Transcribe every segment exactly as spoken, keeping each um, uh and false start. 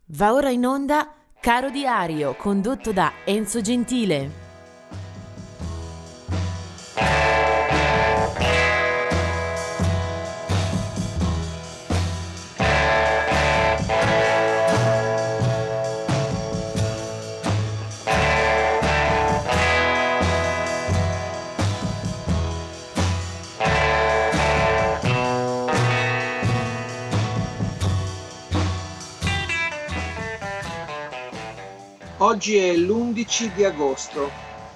Va ora in onda Caro Diario, condotto da Enzo Gentile. Oggi è l'undici di agosto.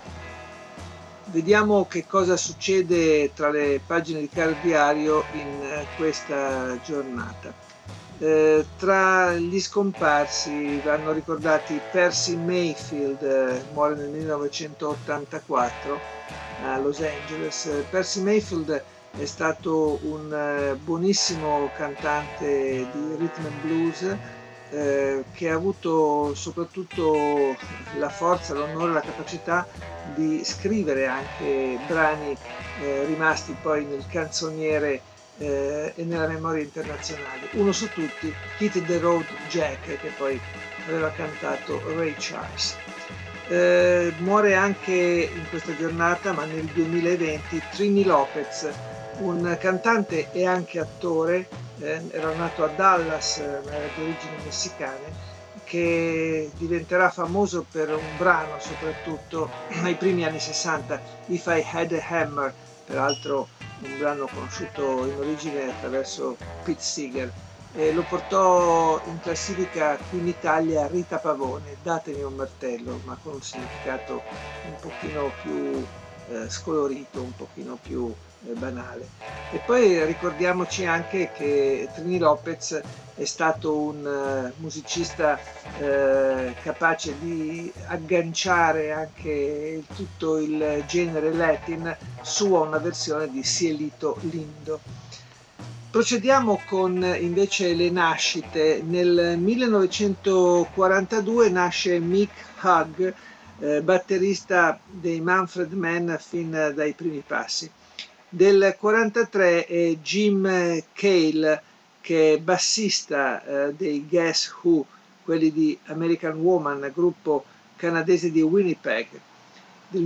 Vediamo che cosa succede tra le pagine di Caro Diario in eh, questa giornata. Eh, tra gli scomparsi vanno ricordati Percy Mayfield, eh, muore nel millenovecentottantaquattro a Los Angeles. Percy Mayfield è stato un eh, buonissimo cantante di rhythm and blues, eh, che ha avuto soprattutto la forza, l'onore, la capacità di scrivere anche brani eh, rimasti poi nel canzoniere eh, e nella memoria internazionale. Uno su tutti, Hit the Road Jack, che poi aveva cantato Ray Charles. Eh, muore anche in questa giornata, ma nel duemilaventi, Trini Lopez, un cantante e anche attore, eh, era nato a Dallas, eh, ma era di origini messicane, che diventerà famoso per un brano soprattutto nei primi anni sessanta, If I Had a Hammer, peraltro un brano conosciuto in origine attraverso Pete Seeger. E lo portò in classifica qui in Italia Rita Pavone, Datemi un martello, ma con un significato un pochino più eh, scolorito, un pochino più eh, banale. E poi ricordiamoci anche che Trini Lopez è stato un uh, musicista eh, capace di agganciare anche tutto il genere latin su una versione di Cielito Lindo. Procediamo con invece le nascite. Nel millenovecentoquarantadue nasce Mick Hugg, eh, batterista dei Manfred Mann fin dai primi passi. Del quarantatré è Jim Cale, che è bassista eh, dei Guess Who, quelli di American Woman, gruppo canadese di Winnipeg. Del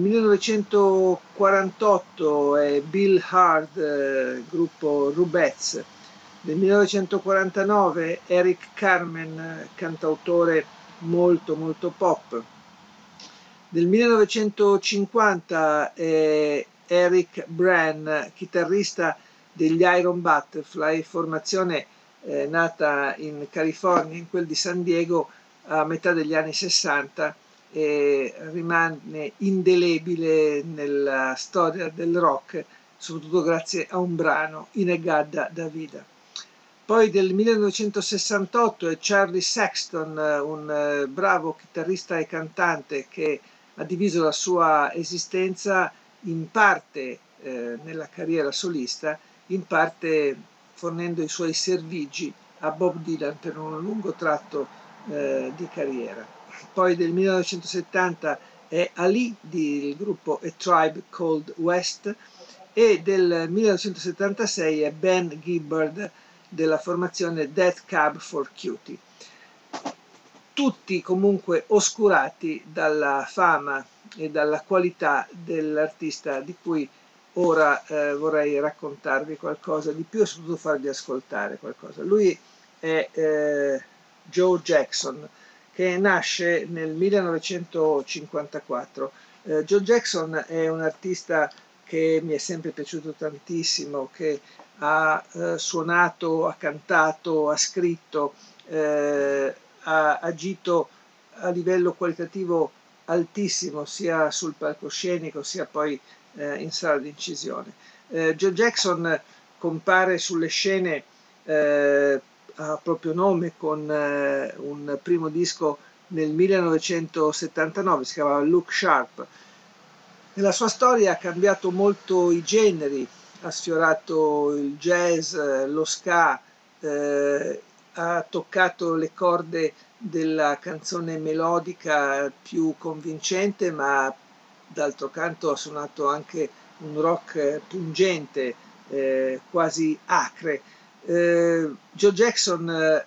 millenovecentoquarantotto è Bill Hard, eh, gruppo Rubets. Del millenovecentoquarantanove Eric Carmen, cantautore molto molto pop. Del millenovecentocinquanta è Eric Brann, chitarrista degli Iron Butterfly, formazione eh, nata in California, in quel di San Diego, a metà degli anni sessanta, e rimane indelebile nella storia del rock, soprattutto grazie a un brano, Inegada da Vida. Poi del millenovecentosessantotto è Charlie Sexton, un bravo chitarrista e cantante che ha diviso la sua esistenza in parte eh, nella carriera solista, in parte fornendo i suoi servigi a Bob Dylan per un lungo tratto eh, di carriera. Poi del millenovecentosettanta è Ali del gruppo A Tribe Called West, e del millenovecentosettantasei è Ben Gibbard della formazione Death Cab for Cutie. Tutti comunque oscurati dalla fama e dalla qualità dell'artista di cui ora eh, vorrei raccontarvi qualcosa di più e soprattutto farvi ascoltare qualcosa. Lui è eh, Joe Jackson, che nasce nel millenovecentocinquantaquattro. Eh, Joe Jackson è un artista che mi è sempre piaciuto tantissimo, che ha eh, suonato, ha cantato, ha scritto, eh, ha agito a livello qualitativo altissimo, sia sul palcoscenico sia poi eh, in sala di incisione. Eh, Joe Jackson compare sulle scene eh, a proprio nome con eh, un primo disco nel millenovecentosettantanove, si chiamava Look Sharp. Nella sua storia ha cambiato molto i generi, ha sfiorato il jazz, lo ska, eh, ha toccato le corde della canzone melodica più convincente, ma d'altro canto ha suonato anche un rock pungente, eh, quasi acre. Eh, Joe Jackson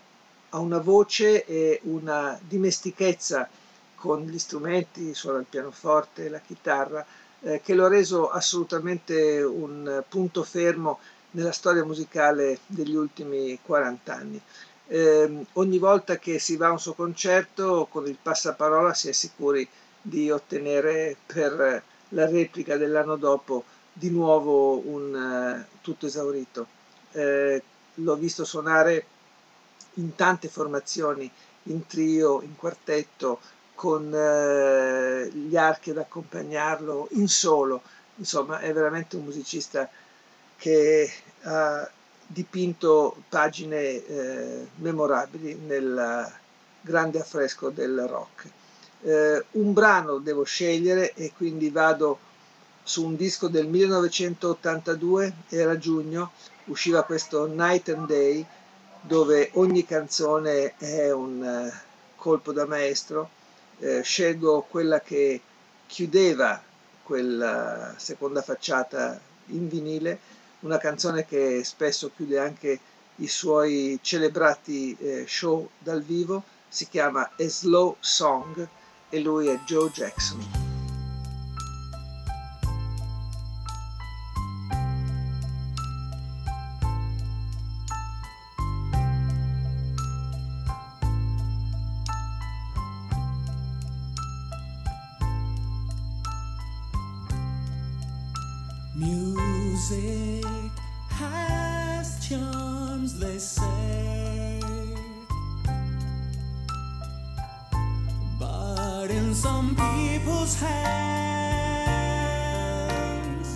ha una voce e una dimestichezza con gli strumenti, suona il pianoforte, la chitarra, eh, che lo ha reso assolutamente un punto fermo nella storia musicale degli ultimi quaranta anni. Eh, ogni volta che si va a un suo concerto, con il passaparola si è sicuri di ottenere per la replica dell'anno dopo di nuovo un uh, tutto esaurito. Eh, l'ho visto suonare in tante formazioni, in trio, in quartetto, con eh, gli archi ad accompagnarlo, in solo. Insomma, è veramente un musicista che ha dipinto pagine eh, memorabili nel grande affresco del rock. Eh, un brano devo scegliere e quindi vado su un disco del millenovecentottantadue, era giugno, usciva questo Night and Day, dove ogni canzone è un uh, colpo da maestro. Eh, scelgo quella che chiudeva quella seconda facciata in vinile, una canzone che spesso chiude anche i suoi celebrati eh, show dal vivo, si chiama A Slow Song e lui è Joe Jackson. Music has charms, they say, but in some people's hands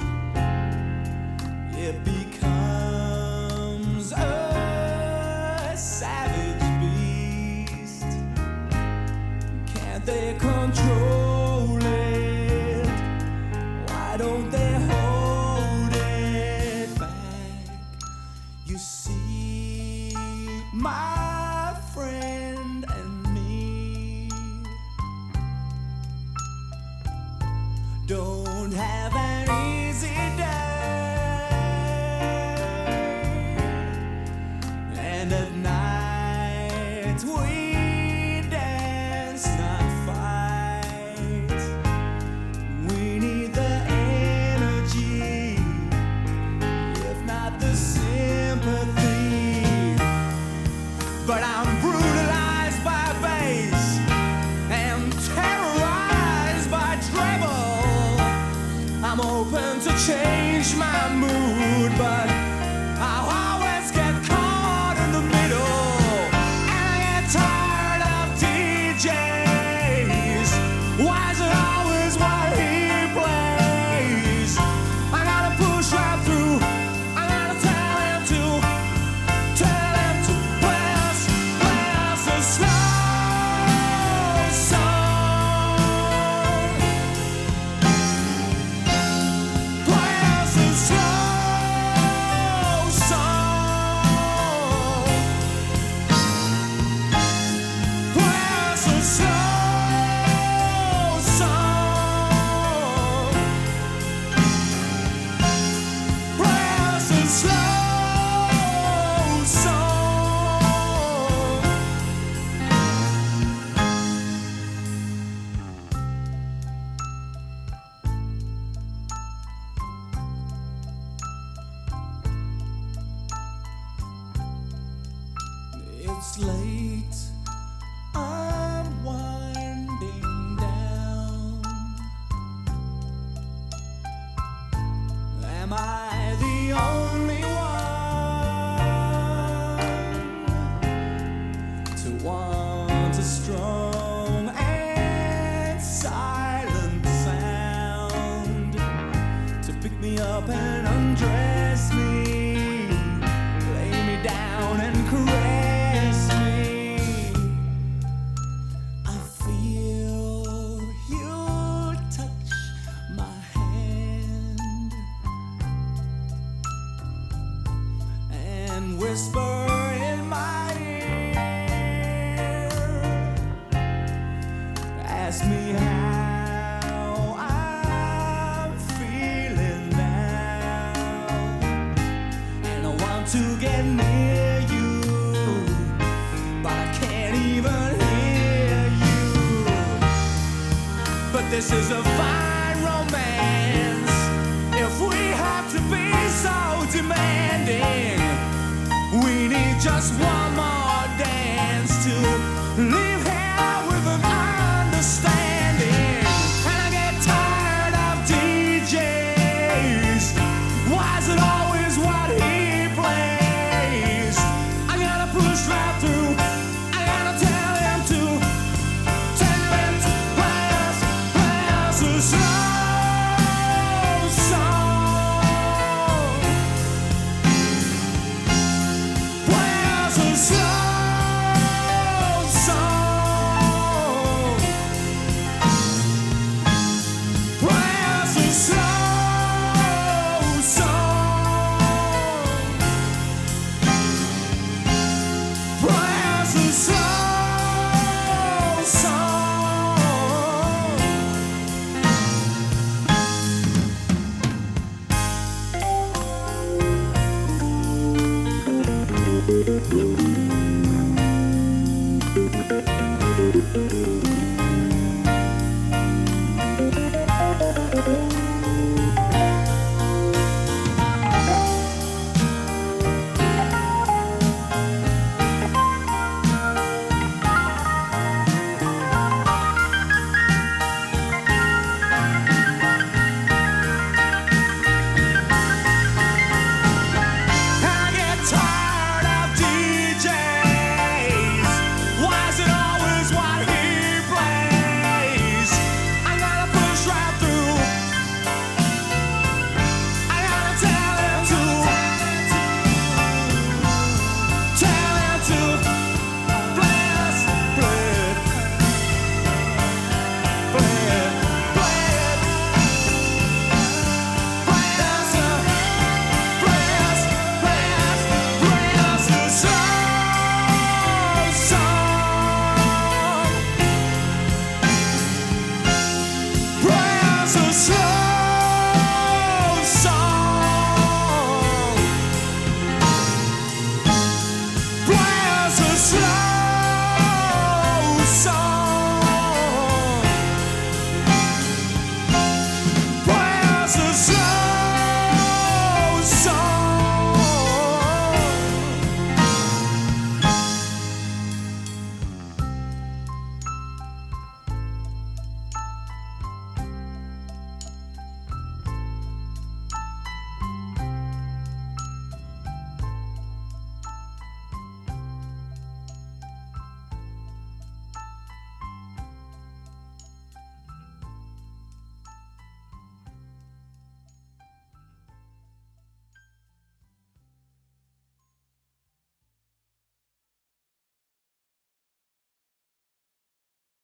it becomes a savage beast. Can't they control it? Why don't they hold it back? You see, my friend and me don't have an easy day, and at night we dance, not fight. We need the energy, if not the sympathy. But I'm brutalized by bass and terrorized by treble. I'm open to change my mood, but I always get caught in the middle. And I get tired of D Js. Why is it always what he plays? I gotta push right through. I gotta tell him to, tell him to play us, play us a slow song. Play us a slow song. Play us a slow song. Play us a slow song. It's late, I'm winding down. Am I the only one to want a strong and silent sound to pick me up and undress me, lay me down and caress me? I feel you touch my hand and whisper in my ear, ask me how I'm feeling now, and I want to get near you, but I This is a fine romance. If we have to be so demanding, we need just one more dance to leave here with an understanding. And I get tired of D Js. Why is it always what he plays? I gotta push right through. I gotta tell him to tell him to play us, play us a slow song. Play us a slow song. Play us a slow song. Play us a slow song. I get tired of D Js. Why is it always what he plays? I gotta push right through. I gotta tell him to, tell him to play us, play it, play it, play it, play us a, play us, play us, play us a slow song. Play us a slow song. Play us a slow song.